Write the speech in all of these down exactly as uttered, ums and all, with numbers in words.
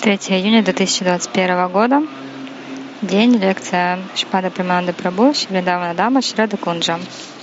третьего июня две тысячи двадцать первого года. День. Лекция Шрипада Премананды Прабху, Шри Вриндавана Дама, Шри Рада Кунджа.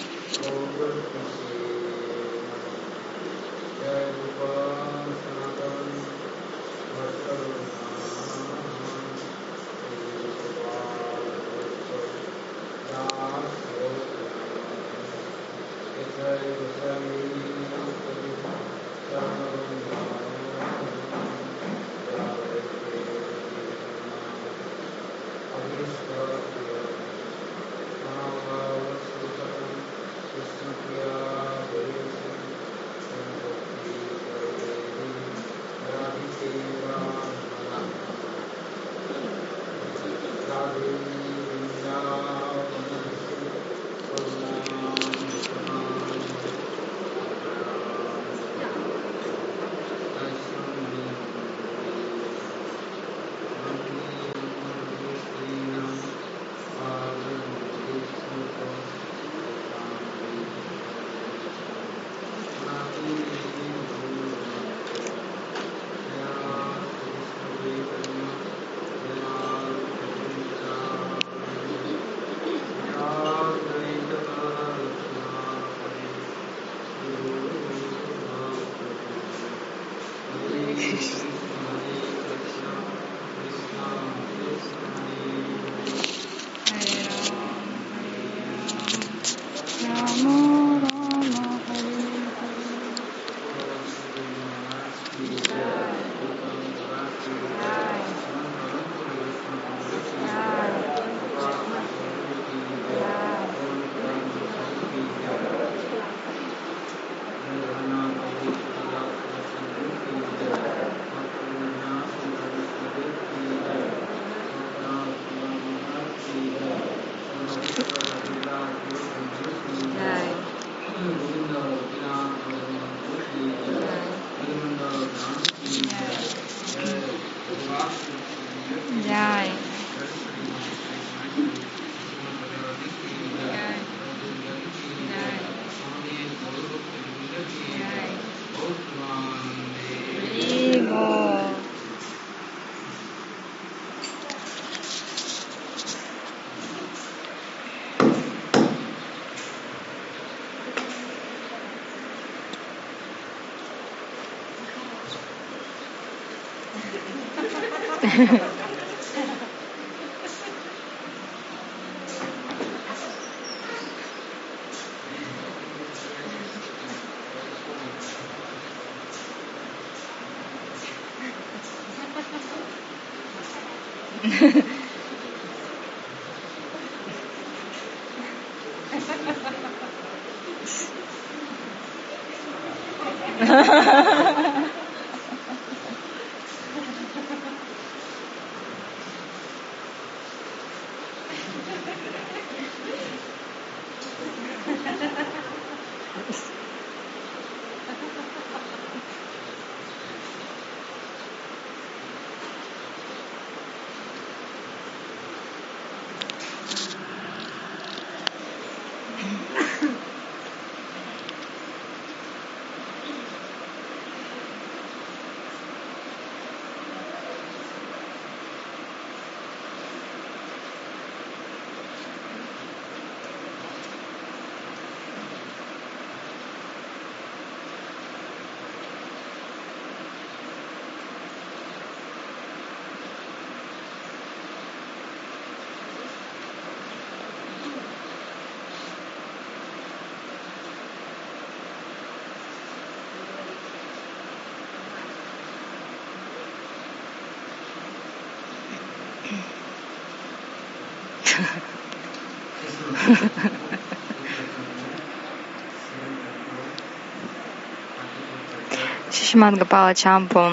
Шримад Гопала Чампу,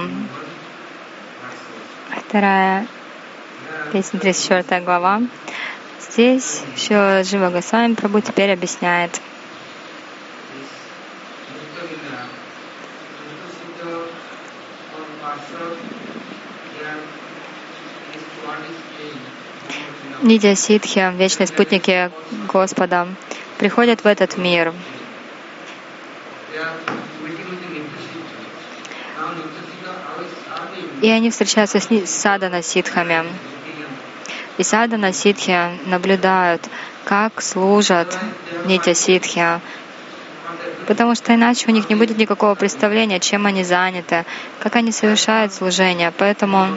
вторая песня, тридцать четвёртая глава. Здесь еще Джива Госвами Прабху теперь объясняет. Нидья Ситхи, вечные спутники Господа, приходят в этот мир. И они встречаются с садхана-ситхами. И садхана-ситхи наблюдают, как служат нитья-ситхи, потому что иначе у них не будет никакого представления, чем они заняты, как они совершают служение. Поэтому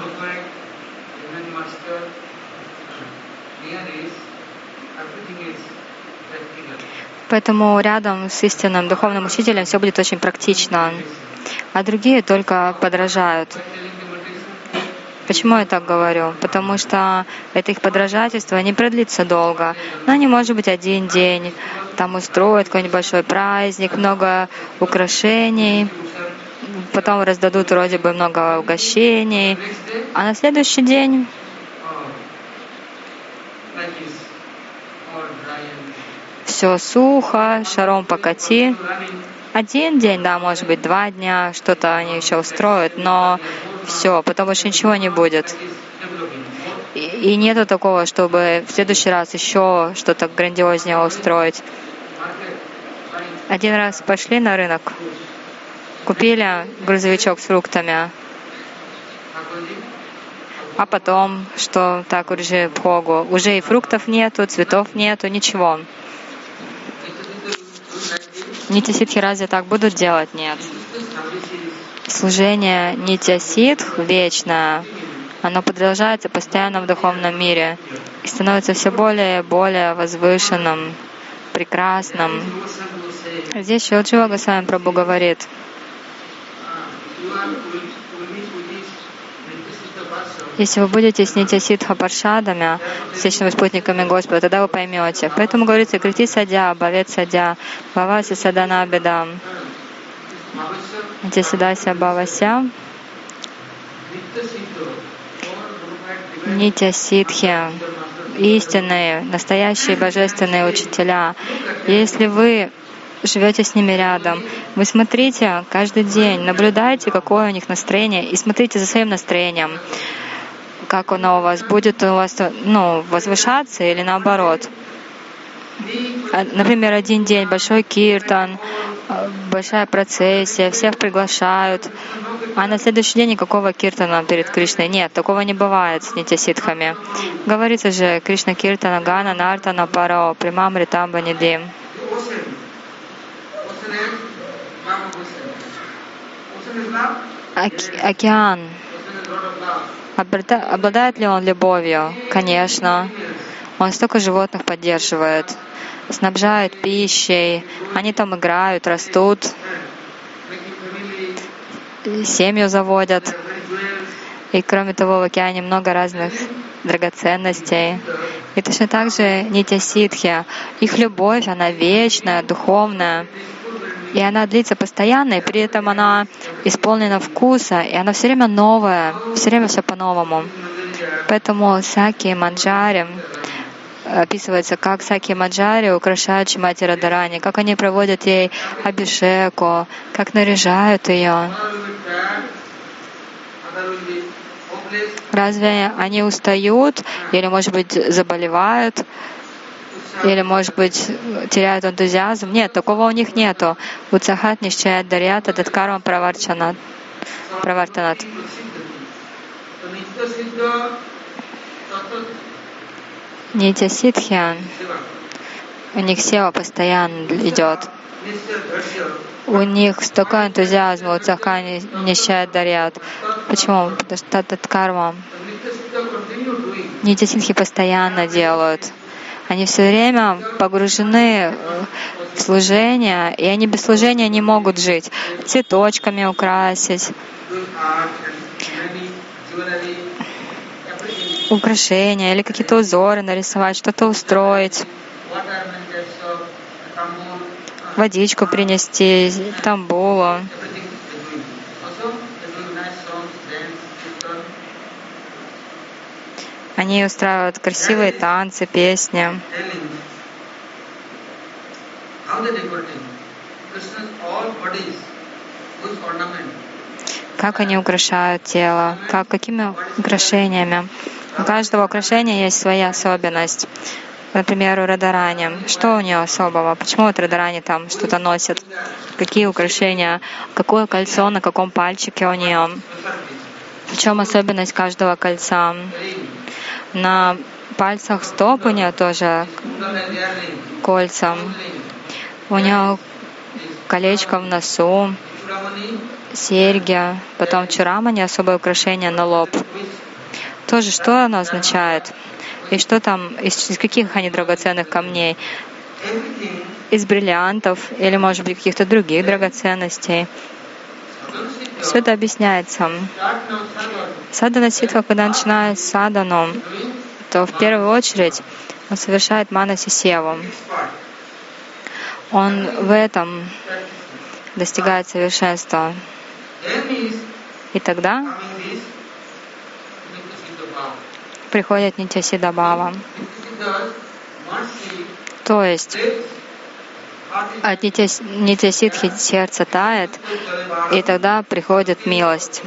Поэтому рядом с истинным духовным учителем все будет очень практично, а другие только подражают. Почему я так говорю? Потому что это их подражательство не продлится долго. Но они, может быть, один день там устроят какой-нибудь большой праздник, много украшений, потом раздадут вроде бы много угощений, а на следующий день все сухо, шаром покати. Один день, да, может быть, два дня, что-то они еще устроят, но все, потом больше ничего не будет. И, и нету такого, чтобы в следующий раз еще что-то грандиознее устроить. Один раз пошли на рынок, купили грузовичок с фруктами, а потом, что так уже пхогу, уже и фруктов нету, цветов нету, ничего. Нитья-ситхи разве так будут делать? Нет. Служение нитья-ситх вечное, оно продолжается постоянно в духовном мире и становится все более и более возвышенным, прекрасным. Здесь Шрила Джива Госвами Прабху говорит: если вы будете с нитья-ситха паршадами, с вечными спутниками Господа, тогда вы поймете. Поэтому говорится: крити садя, бавет садя, баваси садана бедам. Нитья-сидася бавася. Нитья-ситхи, истинные, настоящие божественные учителя. Если вы живете с ними рядом, вы смотрите каждый день, наблюдайте, какое у них настроение, и смотрите за своим настроением, как оно у вас будет, у вас, ну, возвышаться или наоборот. Например, один день большой киртан, большая процессия, всех приглашают, а на следующий день никакого киртана перед Кришной нет. Такого не бывает с нитья-ситхами. Говорится же: Кришна киртана гана нартана паро примам ритамба нидим. Океан. Обладает ли он любовью? Конечно. Он столько животных поддерживает, снабжает пищей, они там играют, растут, семью заводят. И кроме того, в океане много разных драгоценностей. И точно так же нитья-ситхи. Их любовь, она вечная, духовная. И она длится постоянно, и при этом она исполнена вкуса, и она все время новая, все время все по-новому. Поэтому Саки Манджари описывается, как Саки Манджари украшают Шримати Радхарани, как они проводят ей абхишеку, как наряжают ее. Разве они устают или, может быть, заболевают? Или, может быть, теряют энтузиазм? Нет, такого у них нету. Утсахат нишчаят дарьята таткарма праварчанат. Правартанат. Нитья-ситхи, у них сева постоянно идет. У них столько энтузиазма, утсаха нишчаят дарьят. Почему? Потому что таткарма. Нитья-ситхи постоянно делают. Они все время погружены в служение, и они без служения не могут жить. Цветочками украсить, украшения или какие-то узоры нарисовать, что-то устроить, водичку принести, тамбулу. Они устраивают красивые танцы, песни. Как они украшают тело, как, какими украшениями. У каждого украшения есть своя особенность. Например, у Радарани. Что у нее особого? Почему вот Радарани там что-то носит? Какие украшения? Какое кольцо на каком пальчике у нее? В чем особенность каждого кольца? На пальцах стоп у нее тоже кольца. У нее колечко в носу, серьги, потом чурамани, особое украшение на лоб. Тоже что оно означает? И что там, из, из каких они драгоценных камней? Из бриллиантов или, может быть, каких-то других драгоценностей. Все это объясняется. Садхана ситха, когда начинает садану, то в первую очередь он совершает манаси севу. Он в этом достигает совершенства. И тогда приходит нитья-сиддха бхава. То есть от нитья-сиддхи сердце тает, и тогда приходит милость.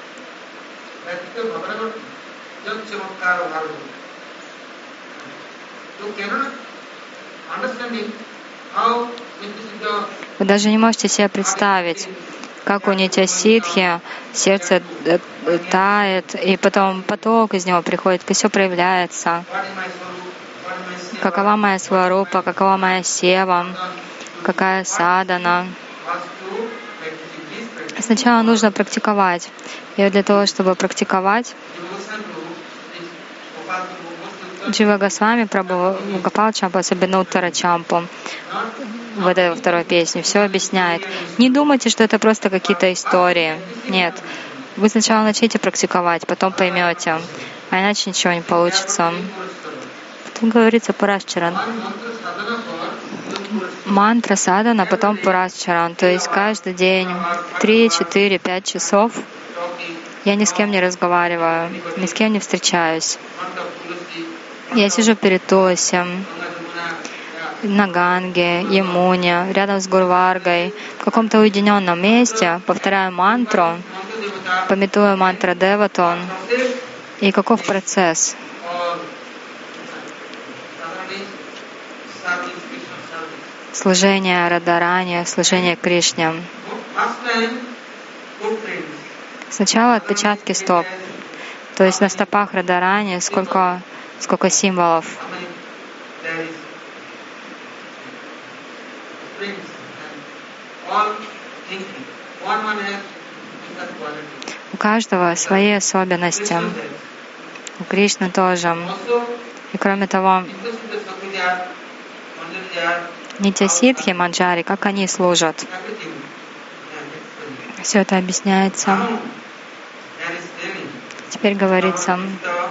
Вы даже не можете себе представить, как у нитья-сиддхи сердце тает, и потом поток из него приходит, и все проявляется. Какова моя сварупа, какова моя сева, какая садана. Сначала нужно практиковать. И вот для того, чтобы практиковать, Джива Госвами Прабху Гопал Чампу, особенно Уттара Чампу, в этой второй песне, все объясняет. Не думайте, что это просто какие-то истории. Нет. Вы сначала начните практиковать, потом поймете, а иначе ничего не получится. Потом говорится Пурашчаран. Мантра садана, потом Пурашчаран. То есть каждый день три, четыре, пять часов я ни с кем не разговариваю, ни с кем не встречаюсь. Я сижу перед Туласи, на Ганге, Ямуне, рядом с Гурваргой, в каком-то уединенном месте, повторяю мантру, памятую мантру Девату. И каков процесс? Служение Радарани, служение Кришне. Сначала отпечатки стоп. То есть на стопах Радарани сколько, сколько символов. У каждого свои особенности. У Кришны тоже. И кроме того, нитья-сиддхи, манджари, как они служат. Все это объясняется. Теперь говорится,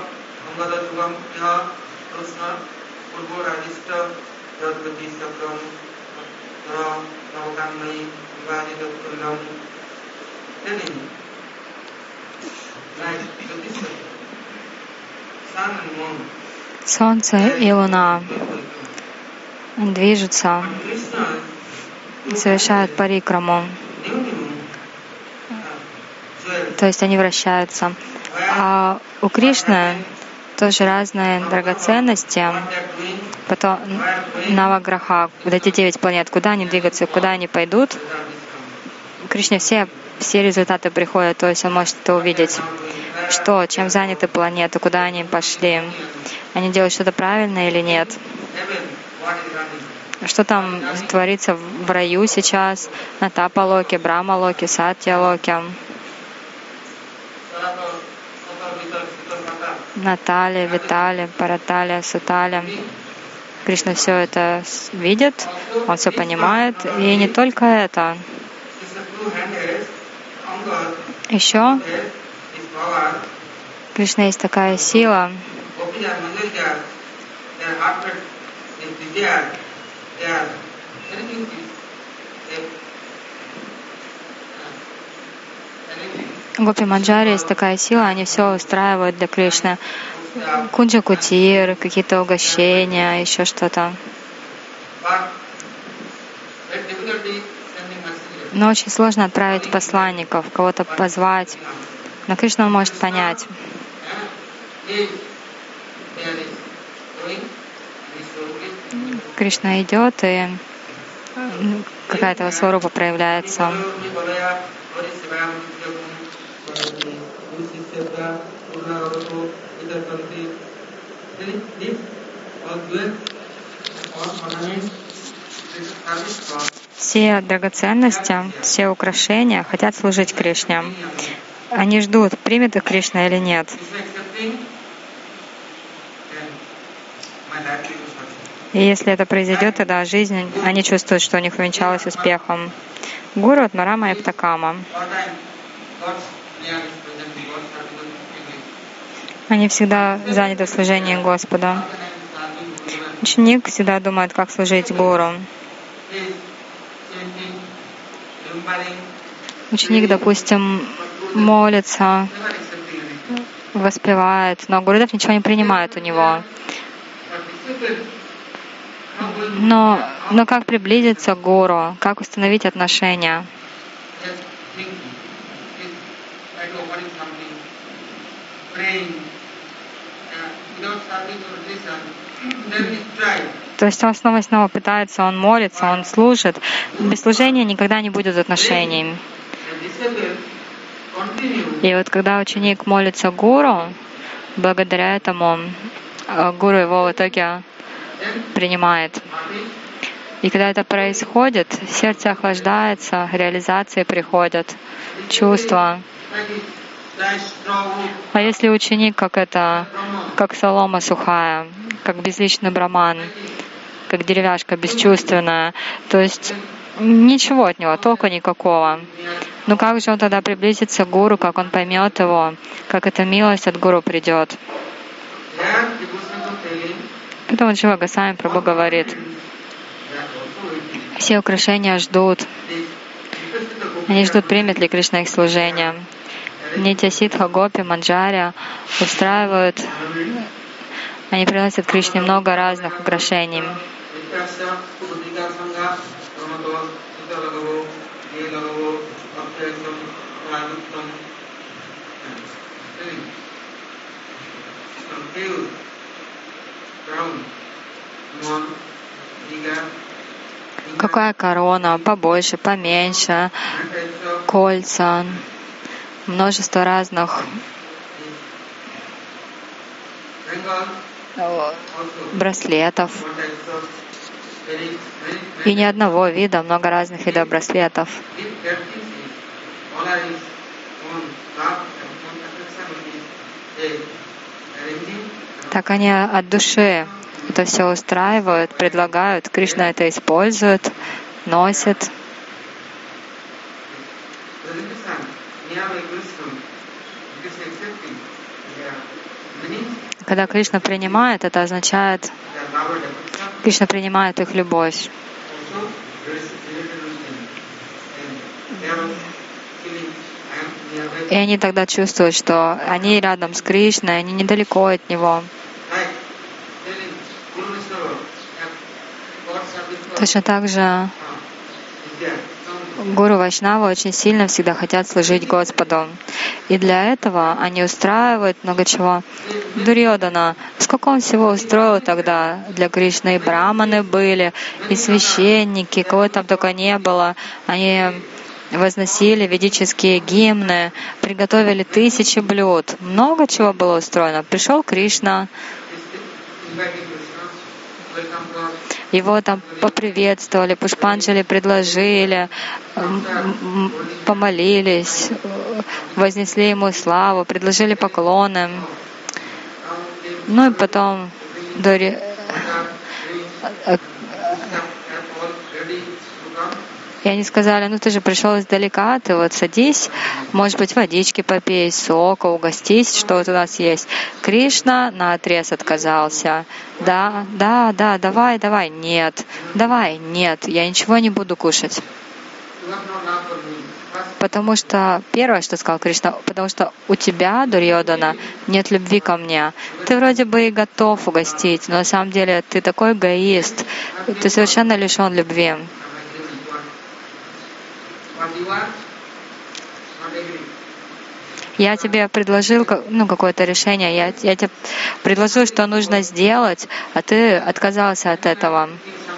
Солнце и Луна движутся, совершают парикраму. То есть они вращаются. А у Кришны тоже разные драгоценности. Потом Наваграха, вот эти девять планет, куда они двигаются, куда они пойдут. У Кришны все, все результаты приходят, то есть он может это увидеть. Что, чем заняты планеты, куда они пошли. Они делают что-то правильное или нет. Что там творится в раю сейчас, на Тапалоке, Брамалоке, Сатьялоке. Натали, Витали, Паратали, Сутали. Кришна все это видит, он все понимает. И не только это. Еще Кришна есть такая сила, Гопи Манджари есть такая сила, они все устраивают для Кришны. Кунджа Кутир, какие-то угощения, еще что-то. Но очень сложно отправить посланников, кого-то позвать. Но Кришна он может понять. Кришна идет, и какая-то сварупа проявляется. Все драгоценности, все украшения хотят служить Кришне. Они ждут, примет их Кришна или нет. И если это произойдет, тогда жизнь, они чувствуют, что у них увенчалась успехом. Гуру от Марама и Птакама. Они всегда заняты в служении Господа. Ученик всегда думает, как служить Гуру. Ученик, допустим, молится, воспевает, но Гурудев ничего не принимает у него. Но, но как приблизиться к Гуру, как установить отношения? То есть он снова и снова пытается, он молится, он служит. Без служения никогда не будет отношений. И вот когда ученик молится Гуру, благодаря этому Гуру его в итоге принимает. И когда это происходит, сердце охлаждается, реализации приходят, чувства. А если ученик как это, как солома сухая, как безличный браман, как деревяшка бесчувственная, то есть ничего от него, толка никакого. Ну как же он тогда приблизится к Гуру, как он поймет его, как эта милость от Гуру придет? Поэтому Джива Госвами Прабху говорит, все украшения ждут. Они ждут, примет ли Кришна их служение. Нитья Сидха, Гопи, Манджаря устраивают, они приносят Кришне много разных украшений. Какая корона, побольше, поменьше, кольца, множество разных браслетов. И ни одного вида, много разных видов браслетов. Так они от души это все устраивают, предлагают. Кришна это использует, носит. Когда Кришна принимает, это означает, Кришна принимает их любовь. И они тогда чувствуют, что они рядом с Кришной, они недалеко от Него. Точно так же Гуру Вайшнава очень сильно всегда хотят служить Господу. И для этого они устраивают много чего. Дурьодана, сколько он всего устроил тогда для Кришны? И браманы были, и священники, кого там только не было. Они возносили ведические гимны, приготовили тысячи блюд. Много чего было устроено. Пришел Кришна, его там поприветствовали, пушпанджали предложили, помолились, вознесли ему славу, предложили поклоны. Ну и потом Дори... И они сказали, ну ты же пришел издалека, ты вот садись, может быть, водички попей, сока, угостись, что вот у нас есть. Кришна наотрез отказался. Да, да, да, давай, давай, нет, давай, нет, я ничего не буду кушать. Потому что, первое, что сказал Кришна, потому что у тебя, Дурьодана, нет любви ко мне. Ты вроде бы и готов угостить, но на самом деле ты такой эгоист, ты совершенно лишен любви. Я тебе предложил ну, какое-то решение, я, я тебе предложил, что нужно сделать, а ты отказался от этого.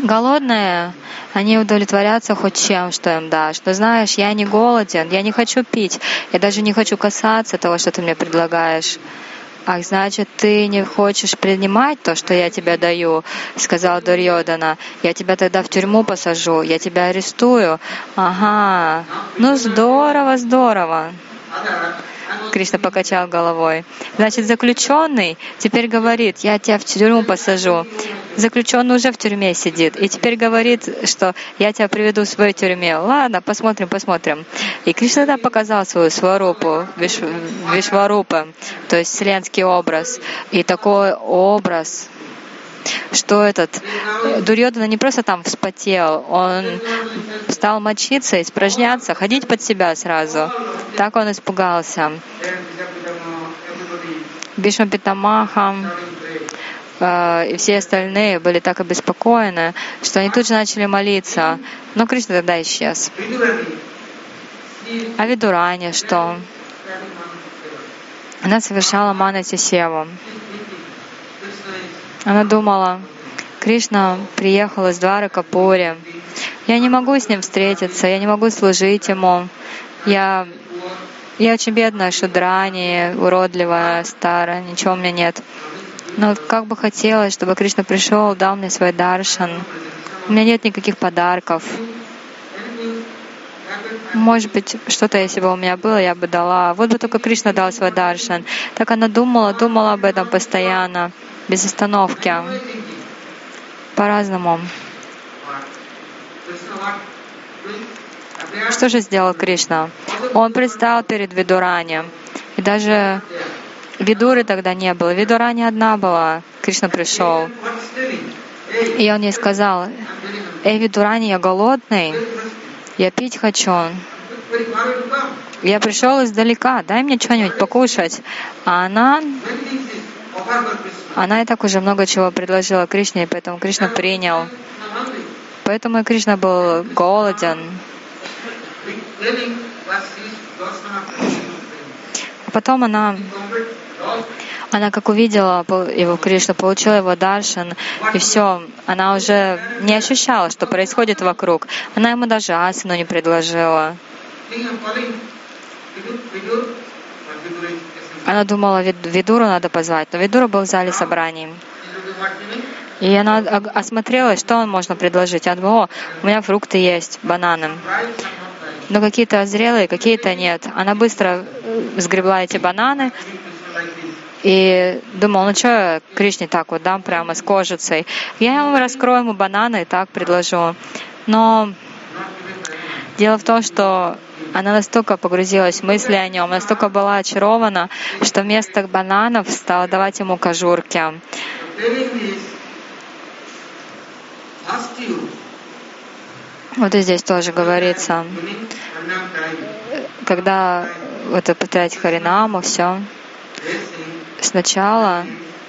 Голодные, они удовлетворятся хоть чем, что им дашь. Но знаешь, я не голоден, я не хочу пить, я даже не хочу касаться того, что ты мне предлагаешь. Ах, значит, ты не хочешь принимать то, что я тебе даю, сказал Дурьёдана. Я тебя тогда в тюрьму посажу, я тебя арестую. Ага, ну здорово, здорово. Кришна покачал головой. Значит, заключенный теперь говорит, я тебя в тюрьму посажу. Заключенный уже в тюрьме сидит. И теперь говорит, что я тебя приведу в свою тюрьме. Ладно, посмотрим, посмотрим. И Кришна тогда показал свою сварупу, виш, Вишварупа, то есть вселенский образ. И такой образ, что этот Дурьёдана не просто там вспотел, он стал мочиться, испражняться, ходить под себя сразу. Так он испугался. Бишма Питамаха э, и все остальные были так обеспокоены, что они тут же начали молиться. Но Кришна тогда исчез. А Видурани что? Она совершала манати севу. Она думала, Кришна приехал из Дваракапури. Я не могу с ним встретиться, я не могу служить ему. Я, я очень бедная, шудрани, уродливая, старая, ничего у меня нет. Но как бы хотелось, чтобы Кришна пришел, дал мне свой даршан. У меня нет никаких подарков. Может быть, что-то, если бы у меня было, я бы дала. Вот бы только Кришна дал свой даршан. Так она думала, думала об этом постоянно, без остановки, по-разному. Что же сделал Кришна? Он предстал перед Видурани. И даже Видуры тогда не было. Видурани одна была. Кришна пришел. И он ей сказал, «Эй, Видурани, я голодный, я пить хочу. Я пришел издалека, дай мне что-нибудь покушать». А она, она и так уже много чего предложила Кришне, и поэтому Кришна принял. Поэтому и Кришна был голоден. А потом она, она как увидела его Кришну, получила его даршан, и все, она уже не ощущала, что происходит вокруг. Она ему даже асану не предложила. Она думала, Видуру надо позвать, но Видура был в зале собраний. И она осмотрелась, что он можно предложить. Она думала, о, у меня фрукты есть, бананы. Но какие-то зрелые, какие-то нет. Она быстро сгребла эти бананы и думала, ну что я Кришне так вот дам прямо с кожицей. Я ему раскрою ему бананы и так предложу. Но дело в том, что она настолько погрузилась в мысли о нем, настолько была очарована, что вместо бананов стала давать ему кожурки. Вот и здесь тоже говорится, когда вот повторять Харинаму, все, сначала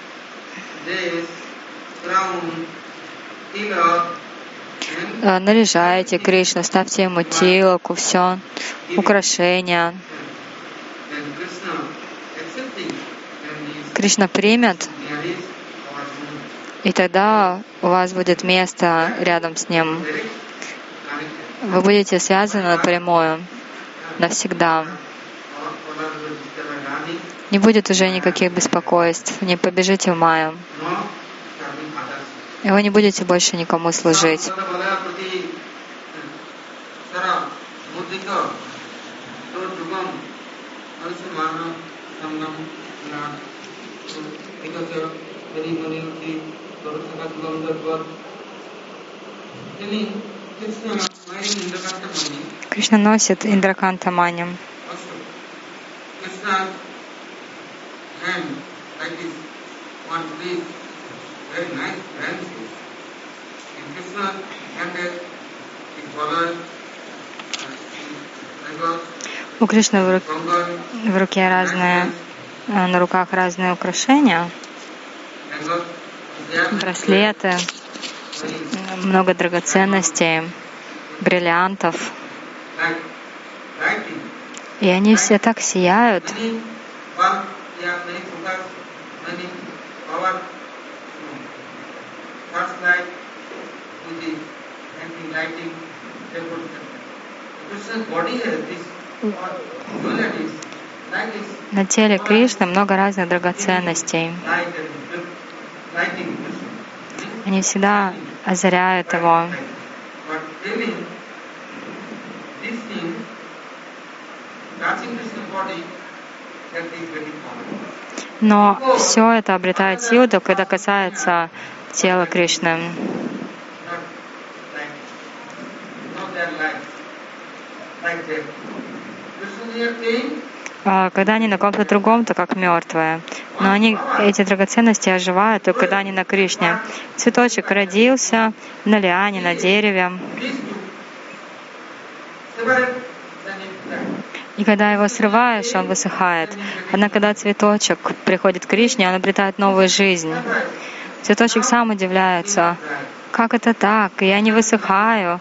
наряжайте Кришну, ставьте ему тилоку, все, украшения. Кришна примет, и тогда у вас будет место рядом с ним. Вы будете связаны напрямую, навсегда. Не будет уже никаких беспокойств, не побежите в Майю. И вы не будете больше никому служить. Кришна носит Индраканта Мани. У Кришны в, ру... в руке разные, на руках разные украшения, браслеты, много драгоценностей, бриллиантов. И они все так сияют. На теле Кришны много разных драгоценностей. Они всегда озаряют его. Но все это обретает силу, только когда касается тела Кришны. А когда они на ком-то другом, то как мертвые. Но они, эти драгоценности оживают только когда они на Кришне. Цветочек родился на лиане, на дереве. И когда его срываешь, он высыхает. Однако, когда цветочек приходит к Кришне, он обретает новую жизнь. Цветочек сам удивляется. Как это так? Я не высыхаю.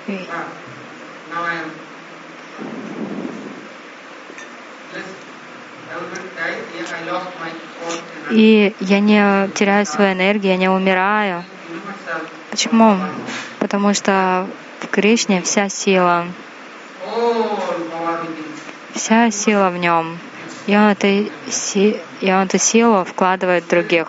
И я не теряю свою энергию, я не умираю. Почему? Потому что в Кришне вся сила. Вся сила в нем. И он, это, и он эту силу вкладывает в других.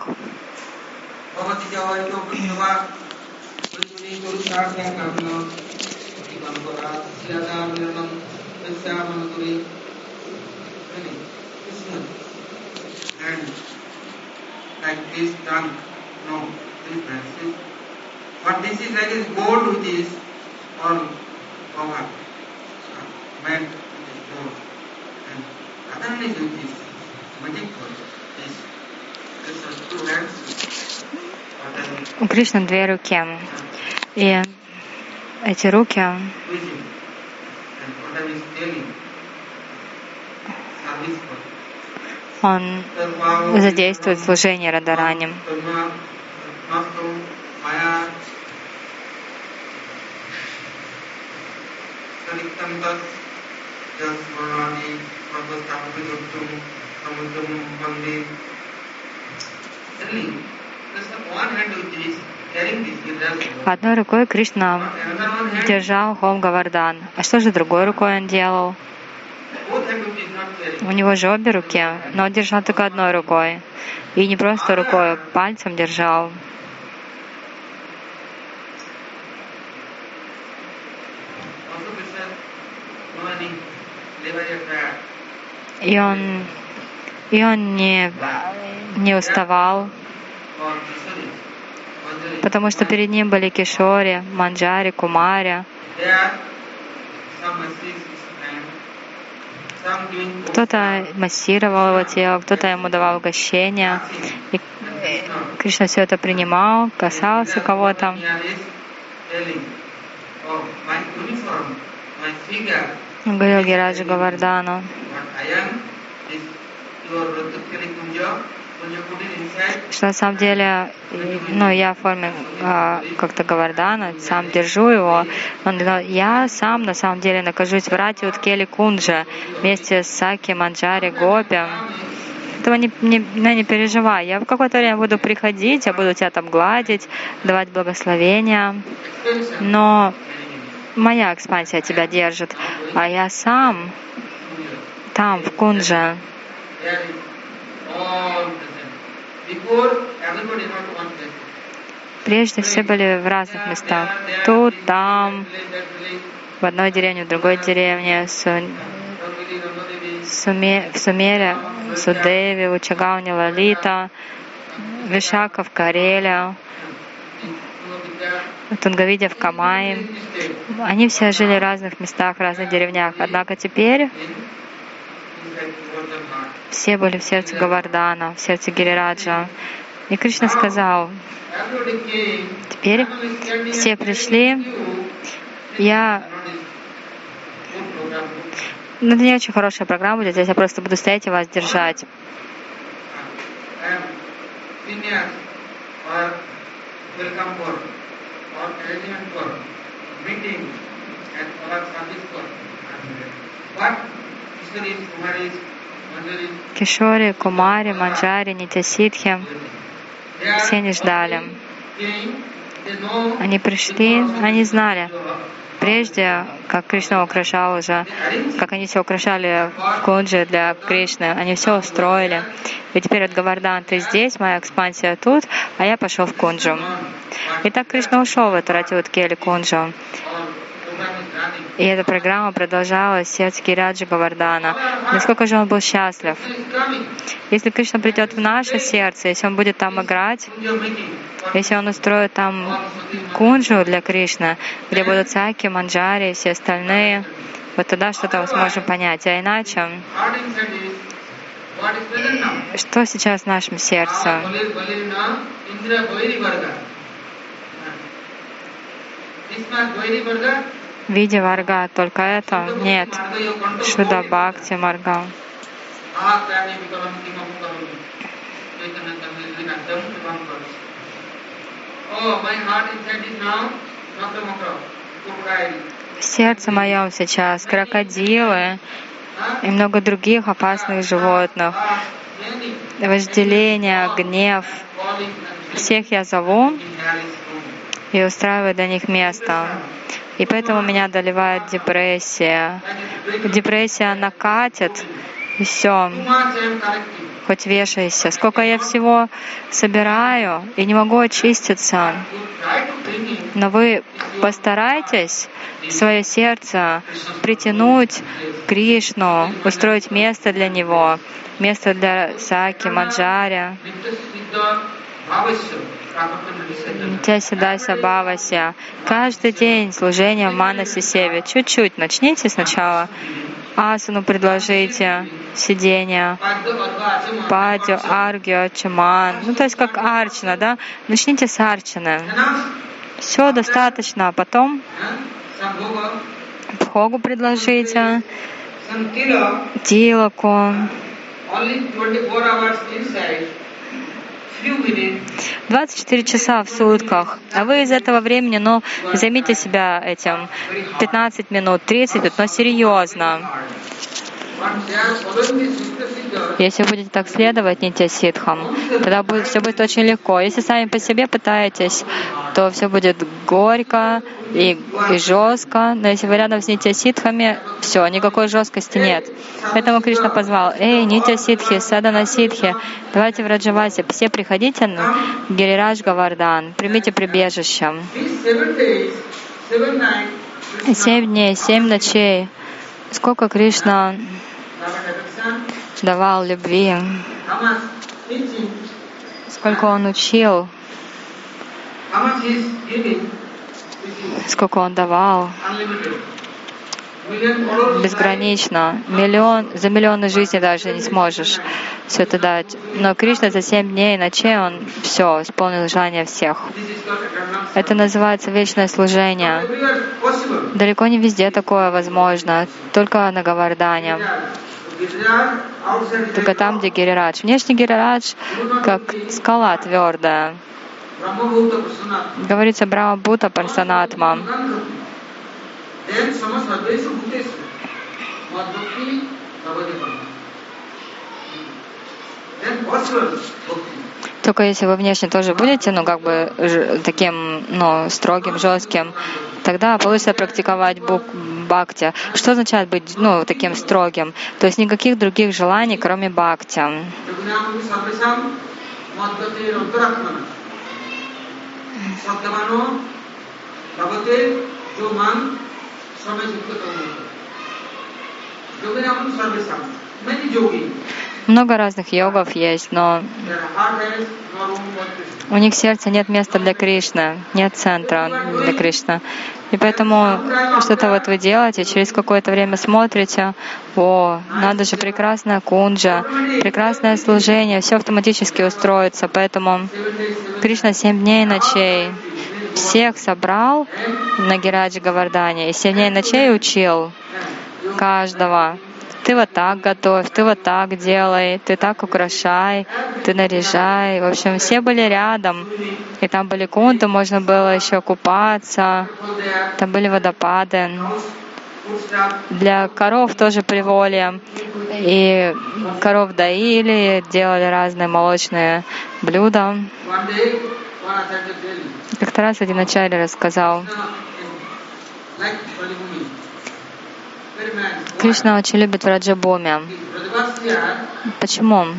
Like this trunk, no, this branches. What this is like is gold which is all covered, made with this gold. And other is with this magic gold. This, this are two hands. У Кришны две руки. И эти руки он задействует служение Радарани. Одной рукой Кришна держал Хом Говардан. А что же другой рукой он делал? У него же обе руки, но он держал только одной рукой. И не просто рукой, пальцем держал. И он, и он не, не уставал, потому что перед ним были Кишори, Манджари, Кумари. Кто-то массировал его тело, кто-то ему давал угощения. И Кришна все это принимал, касался кого-то. Он говорил Гираджа Говардану: что на самом деле, ну, я в форме э, как-то Говардана, сам держу его. Он говорил: я сам на самом деле нахожусь в Рати Уткели Кунджа вместе с Саки, Манджари, Гопи. Этого не, не, ну, не переживай. Я в какое-то время буду приходить, я буду тебя там гладить, давать благословения. Но моя экспансия тебя держит, а я сам там, в Кундже. Прежде все были в разных местах. Тут, там, в одной деревне, в другой деревне, в Сумере, в Судеве, в Учагауне, Лалита, Вишака, в Кареле, в Тунгавиде, в Камае. Они все жили в разных местах, в разных деревнях. Однако теперь все были в сердце Говардана, в сердце Гирираджа. И Кришна сказал: теперь все пришли, я... Ну, это не очень хорошая программа будет, здесь я просто буду стоять и вас держать. Кишори, Кумари, Манджари, Нитясидхи, все не ждали. Они пришли, они знали. Прежде, как Кришна украшал уже, как они все украшали в кунджи для Кришны, они все устроили. И теперь от Говардхан, ты здесь, моя экспансия тут, а я пошел в кунджу. И так Кришна ушел в эту Ративудкели кунджу. И эта программа продолжалась в сердце Гирираджа Говардхана. Насколько же он был счастлив. Если Кришна придет в наше сердце, если он будет там играть, если он устроит там кунджу для Кришны, где будут Саки, Манджари и все остальные, вот тогда что-то мы сможем понять. А иначе, что сейчас в нашем сердце? В виде варга только это? Нет. Шуда Бхакти Марга. В сердце моем сейчас крокодилы и много других опасных животных. Вожделение, гнев. Всех я зову и устраиваю для них место. И поэтому меня одолевает депрессия. Депрессия накатит, и все. Хоть вешайся. Сколько я всего собираю, и не могу очиститься. Но вы постарайтесь в свое сердце притянуть Кришну, устроить место для Него, место для Саки, Манджари. Нитья-сидася Бхавася. Каждый день служение в Манасе Севе. Чуть-чуть начните сначала. Асану предложите, сидение, падю, аргю, ачаман. Ну, то есть как арчана, да? Начните с арчаны. Все достаточно. А потом бхогу предложите, тилаку. двадцать четыре часа в сутках, а вы из этого времени, ну, займите себя этим пятнадцать минут, тридцать минут, но серьезно. Если будете так следовать нитья-сиддхам, тогда будет, все будет очень легко. Если сами по себе пытаетесь, то все будет горько и, и жестко. Но если вы рядом с нитья-сиддхами, все, никакой жесткости нет. Поэтому Кришна позвал: «Эй, нитья-сиддхи, садана-сиддхи, давайте в Раджавасе, все приходите на Гирирадж Говардхан, примите прибежище». Семь дней, семь ночей. Сколько Кришна давал любви, сколько Он учил, сколько Он давал, безгранично. Миллион, за миллионы жизней даже не сможешь все это дать. Но Кришна за семь дней и ночей Он все исполнил желания всех. Это называется вечное служение. Далеко не везде такое возможно, только на Говардхане. Только там, где Гирирадж. Внешний Гирирадж как скала твердая. Говорится Брахма-бхута Парсанатма. Только если вы внешне тоже будете, ну, как бы, ж, таким, ну, строгим, жестким, тогда получится практиковать бхакти. Что означает быть, ну, таким строгим? То есть никаких других желаний, кроме бхакти. Много разных йогов есть, но у них в сердце нет места для Кришны, нет центра для Кришны. И поэтому что-то вот вы делаете, через какое-то время смотрите: о, надо же, прекрасная кунджа, прекрасное служение, все автоматически устроится. Поэтому Кришна семь дней и ночей всех собрал на Гирирадже Говардхане и семь дней и ночей учил каждого. Ты вот так готовь, ты вот так делай, ты так украшай, ты наряжай. В общем, все были рядом. И там были кунты, можно было еще купаться. Там были водопады. Для коров тоже приволье. И коров доили, делали разные молочные блюда. Как Как-то раз один ачарья рассказал, Кришна очень любит Враджабхуми. Почему?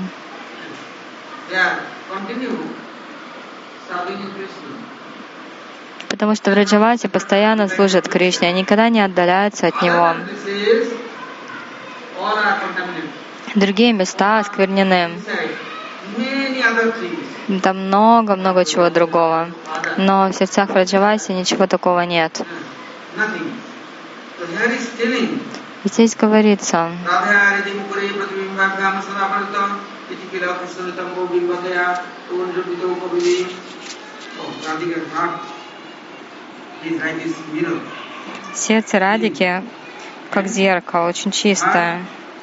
Потому что Враджаваси постоянно служат Кришне, они никогда не отдаляются от Него. Другие места осквернены. Там много-много чего другого. Но в сердцах Враджаваси ничего такого нет. И здесь говорится, сердце Радики как зеркало, очень чистое.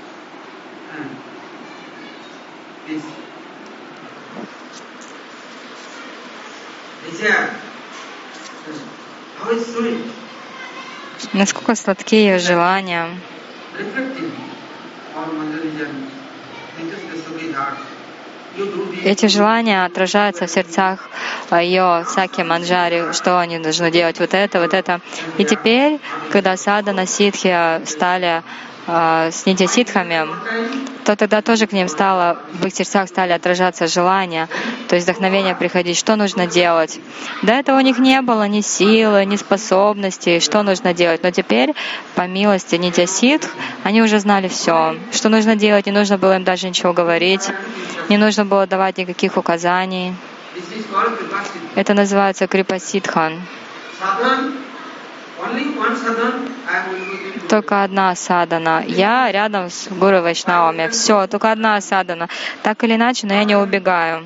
Насколько сладки ее желания. Эти желания отражаются в сердцах ее Саки Манджари, что они должны делать, вот это, вот это. И теперь, когда садхана ситхи стали э, с нитья-ситхами, то тогда тоже к ним стало, в их сердцах стали отражаться желания, то есть вдохновение приходить, что нужно делать. До этого у них не было ни силы, ни способностей, что нужно делать. Но теперь, по милости нитья-ситх, они уже знали все, что нужно делать, не нужно было им даже ничего говорить, не нужно было давать никаких указаний. Это называется крипа-ситхан. Только одна садхана. Я рядом с Гуру Вайшнавами. Все, только одна садхана. Так или иначе, но я не убегаю.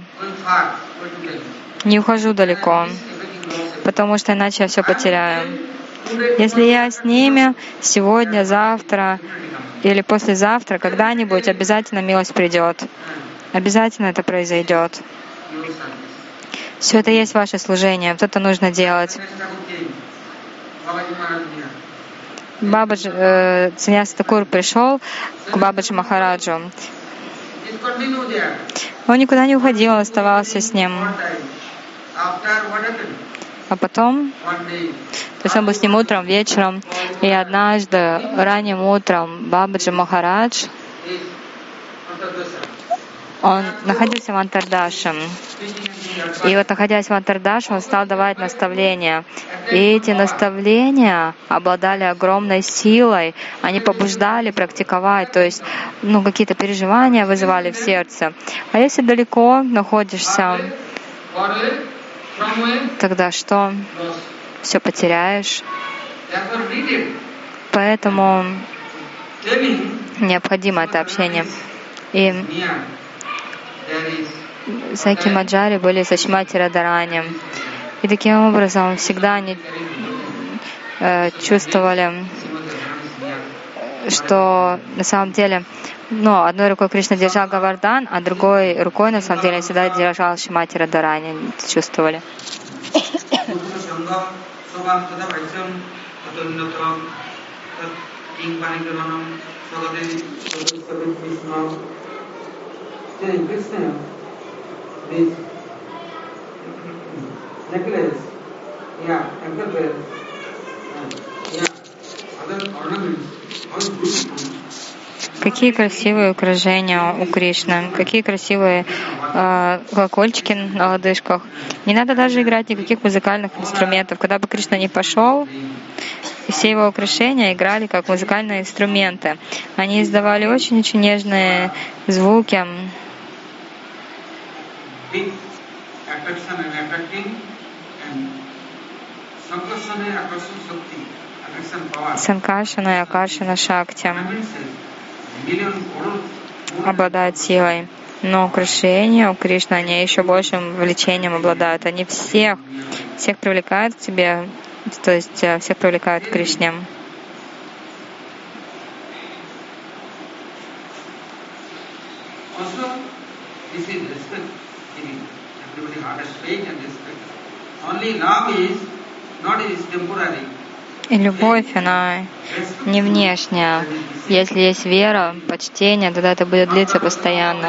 Не ухожу далеко, потому что иначе я все потеряю. Если я с ними сегодня, завтра или послезавтра, когда-нибудь обязательно милость придет. Обязательно это произойдет. Все это есть ваше служение, вот это нужно делать. Бабаджи, э, Саньяса Такур пришел к Бабаджи Махараджу. Он никуда не уходил, он оставался с ним. А потом, то есть он был с ним утром, вечером, и однажды ранним утром Бабаджи Махарадж, он находился в Антардаше. И вот, находясь в Антардаше, он стал давать наставления. И эти наставления обладали огромной силой. Они побуждали практиковать, то есть ну, какие-то переживания вызывали в сердце. А если далеко находишься, тогда что? Все потеряешь. Поэтому необходимо это общение. И Саки Маджари были со Шримати Радхарани. И таким образом всегда они э, чувствовали, что на самом деле, ну, одной рукой Кришна держал Гавардан, а другой рукой на самом деле всегда держал Шримати Радхарани. Чувствовали. Какие красивые украшения у Кришны, какие красивые э, колокольчики на лодыжках. Не надо даже играть никаких музыкальных инструментов. Когда бы Кришна не пошел, все его украшения играли как музыкальные инструменты. Они издавали очень-очень нежные звуки. Санкаршана и Акаршана Шакти обладают силой. Но украшения у Кришны, они еще большим влечением обладают. Они всех, всех привлекают к себе, то есть всех привлекают к Кришне. И любовь, она не внешняя. Если есть вера, почтение, тогда это будет длиться постоянно.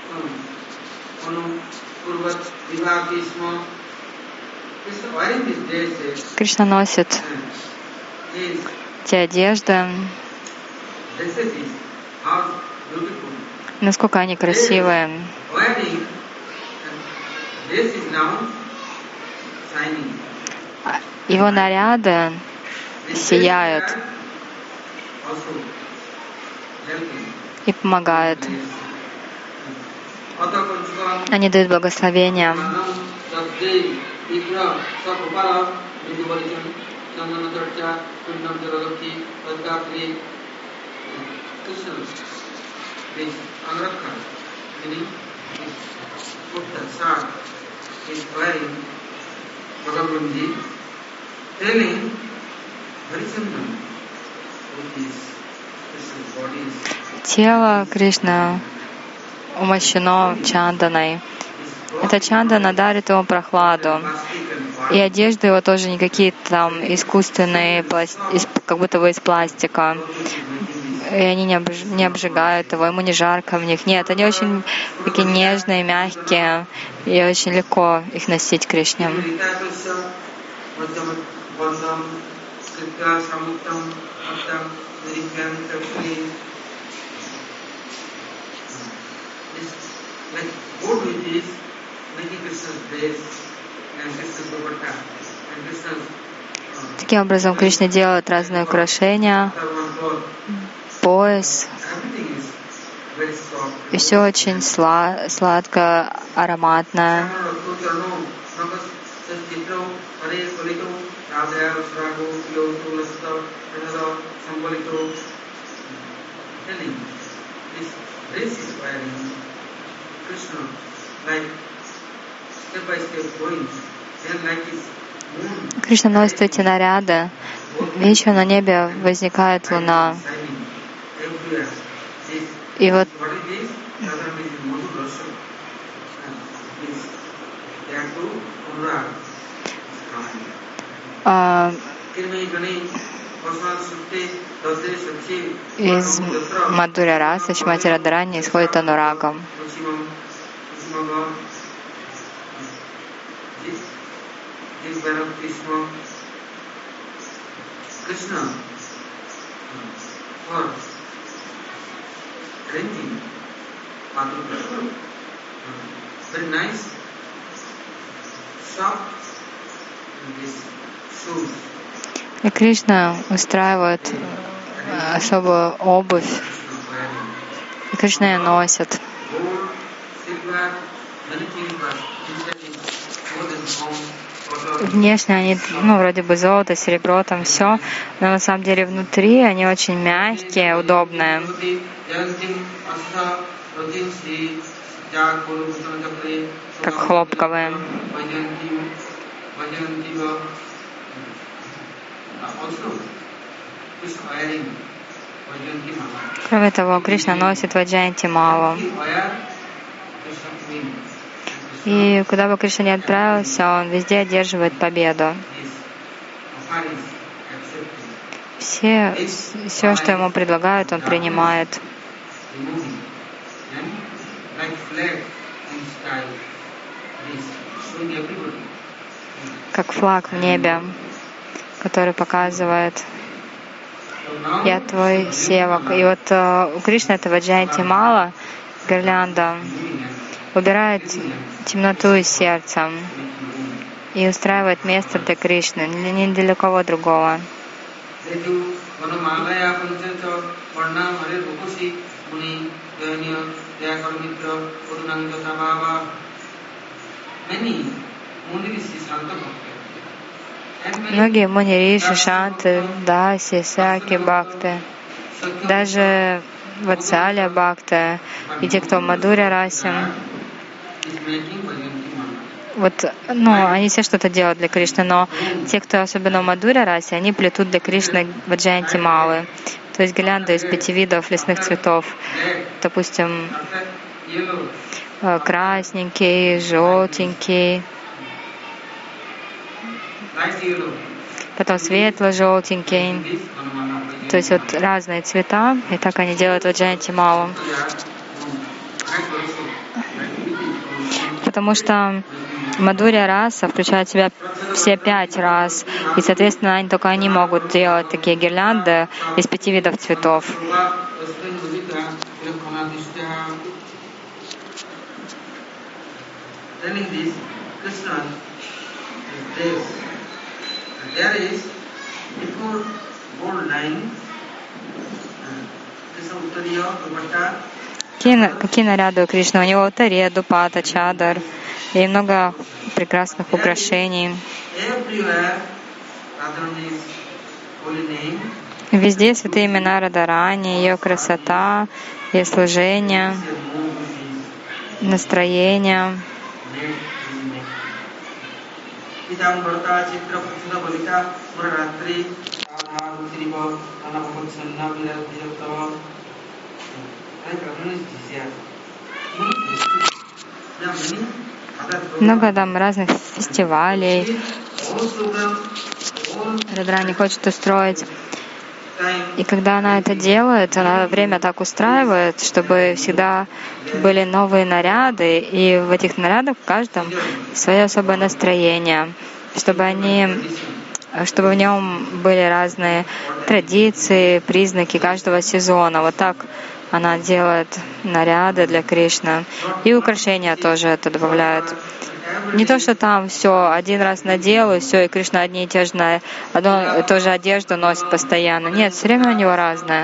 Кришна носит те одежды, насколько они красивые. Его наряды сияют и помогают. Они дают благословение. Тело Кришны умощено чанданой. Эта чандана дарит ему прохладу. И одежды его тоже не какие-то там искусственные, как будто бы из пластика. И они не, обж... не обжигают его, ему не жарко в них. Нет, они очень такие нежные, мягкие, и очень легко их носить Кришне. Таким образом, Кришна делает разные украшения, пояс, и все очень сла- сладко, ароматно. Кришна носит эти наряды. Вечером на небе возникает луна. И вот а, из Мадхуря Раса Шримати Радхарани исходит анурагам. И Кришна устраивает особую обувь, и Кришна ее носит. Внешне они, ну, вроде бы золото, серебро, там все, но на самом деле внутри они очень мягкие, удобные. Как хлопковые. Кроме того, Кришна носит Вайджаянти Малу. И куда бы Кришна ни отправился, он везде одерживает победу. Все, все, что ему предлагают, он принимает. Как флаг в небе, который показывает: «Я твой севак». И вот uh, у Кришны это Вайджаянти Мала, гирлянда, убирает темноту из сердца и устраивает место для Кришны, не для кого другого. Многие муни риши, шанты, даси, саки, бхакты, даже ватсалия бхакты и те, кто в Мадхуря расе, вот, ну, они все что-то делают для Кришны, но те, кто особенно в Мадхуря расе, они плетут для Кришны Вайджаянти Малы, то есть гирлянды из пяти видов лесных цветов, допустим, красненький, желтенький, потом светло-желтенький, то есть вот разные цвета, и так они делают Вайджаянти Малу. потому что Мадхурья раса включает в себя все пять рас, и, соответственно, они, только они могут делать такие гирлянды из пяти видов цветов. Какие, какие наряды у Кришны? У него утаре, дупата, чадар и много прекрасных украшений. Везде святые имена Радарани, ее красота, ее служение, настроение. Много там разных фестивалей. Радрани хочет устроить. И когда она это делает, она время так устраивает, чтобы всегда были новые наряды, и в этих нарядах в каждом свое особое настроение, чтобы они, чтобы в нем были разные традиции, признаки каждого сезона. Вот так она делает наряды для Кришны. И украшения тоже это добавляют. Не то, что там все один раз надел, и все, и Кришна одни и те же, одну и ту же одежду носит постоянно. Нет, все время у него разное.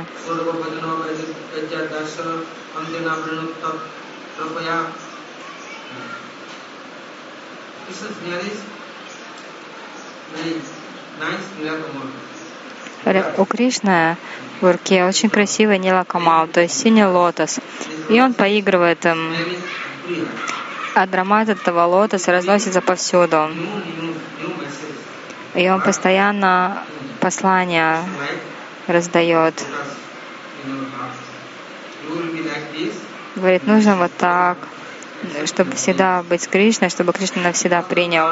У Кришны в руке очень красивый нилакамал, то есть синий лотос. И он поигрывает им. Аромат этого лотоса разносится повсюду. И он постоянно послания раздает. Говорит, нужно вот так, чтобы всегда быть с Кришной, чтобы Кришна навсегда принял.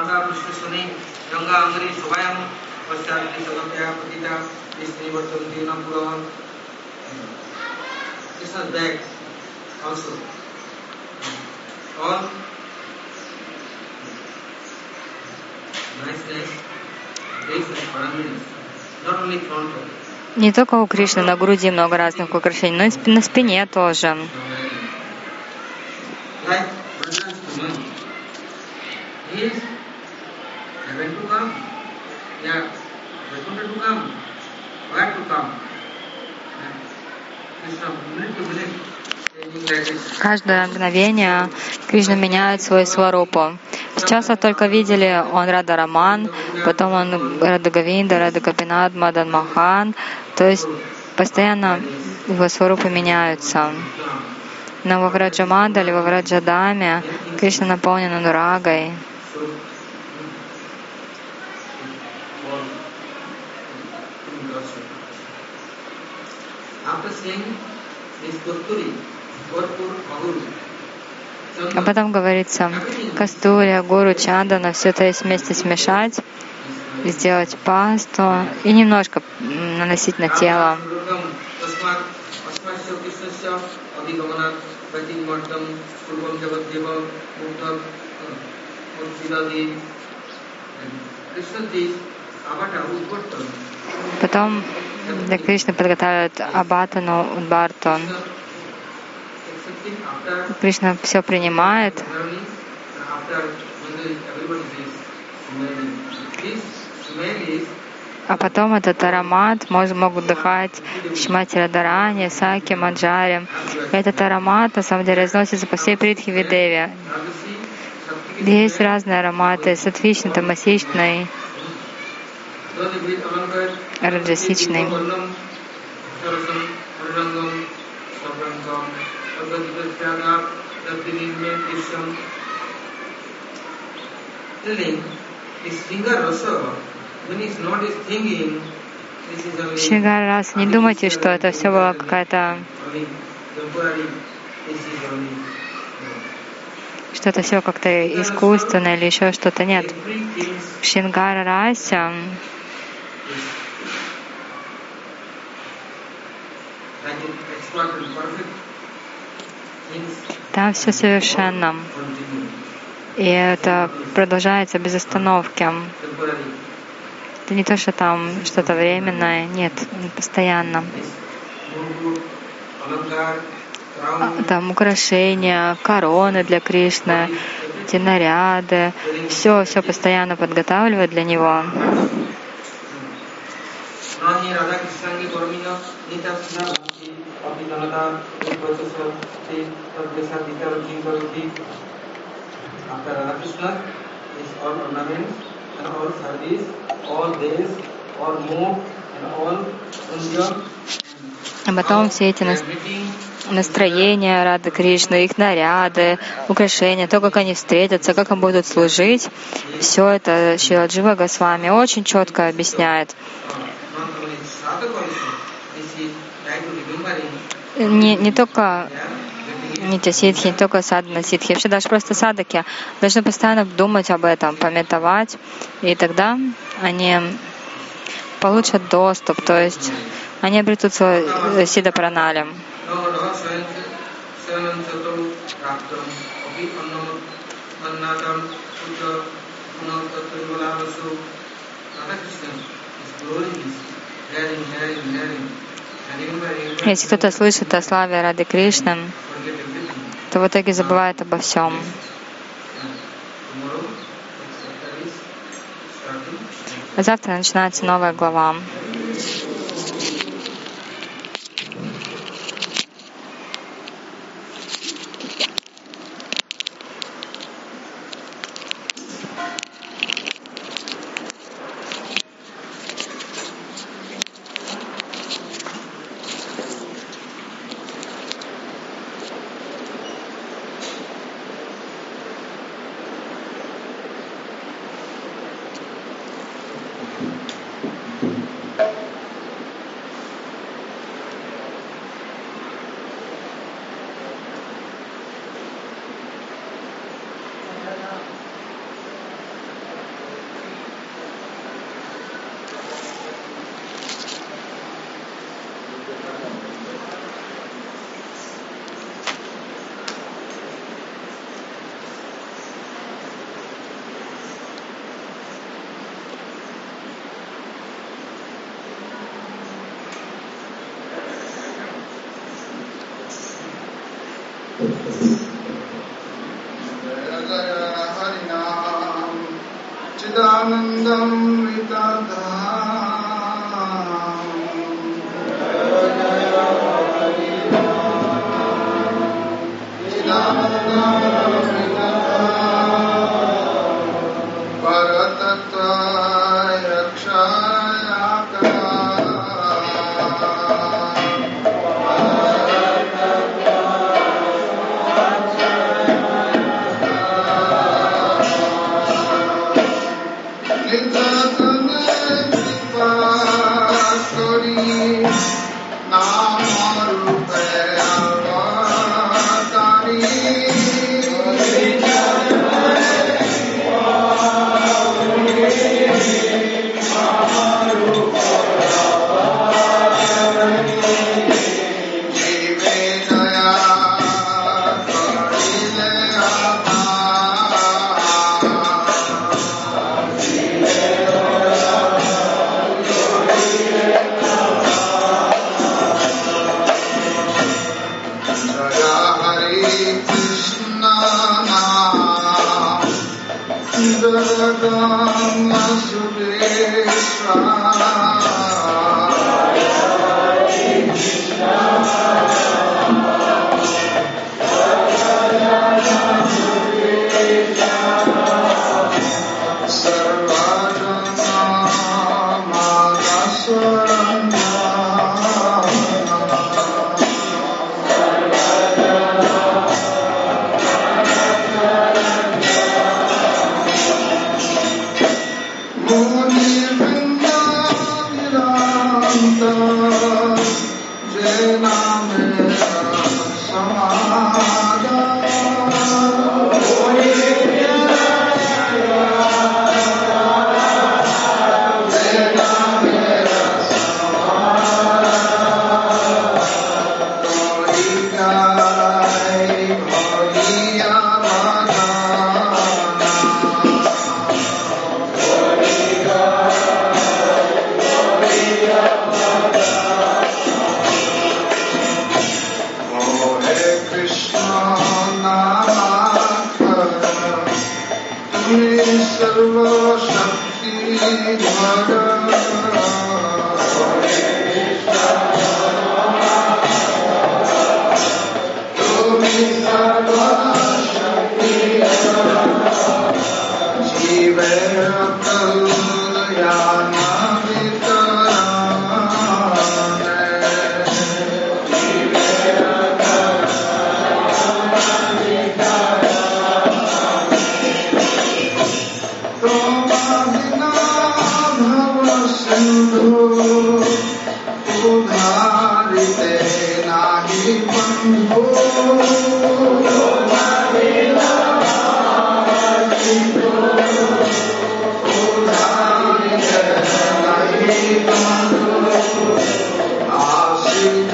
Не только у Кришны на груди много разных украшений, но и на спине тоже. Каждое мгновение Кришна меняет свой сварупу. Сейчас вот только видели, он Рада Раман, потом он Рада Говинда, Рада Гопинат, Мадан Мохан. То есть постоянно его сварупы меняются. Но во Враджамандале, во Враджадаме Кришна наполнен анурагой. А потом говорится, кастурия, гуру, чандана, все это вместе смешать, сделать пасту и немножко наносить на тело. Потом для Кришны подготавливают Абатану, Удбарту. Кришна все принимает. А потом этот аромат могут вдыхать Шримати Радарани, Саки, Манджари. Этот аромат на самом деле разносится по всей Притхи-Видеве. Есть разные ароматы, сатвичный, тамасичный, раджасичный. Шрингара Раса, не думайте, что это все была какая-то, что это все как-то искусственно или еще что-то. Нет. В Шрингара Расе там все совершенно. И это продолжается без остановки. Это не то, что там что-то временное, нет, постоянно. Там украшения, короны для Кришны, эти наряды, все, все постоянно подготавливают для него. А потом все эти настроения Рады Кришны, их наряды, украшения, то, как они встретятся, как они будут служить, все это Шрила Джива Госвами очень четко объясняет. Не, не только нитя ситхи, не только садхана ситхи, вообще даже просто садаки должны постоянно думать об этом, памятовать, и тогда они получат доступ, то есть они обретут свой сида пранали. Если кто-то слышит о славе Рады Кришны, то в итоге забывает обо всем. Завтра начинается новая глава.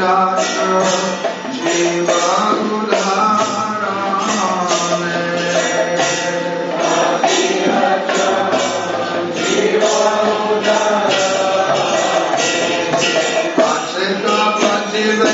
Shiva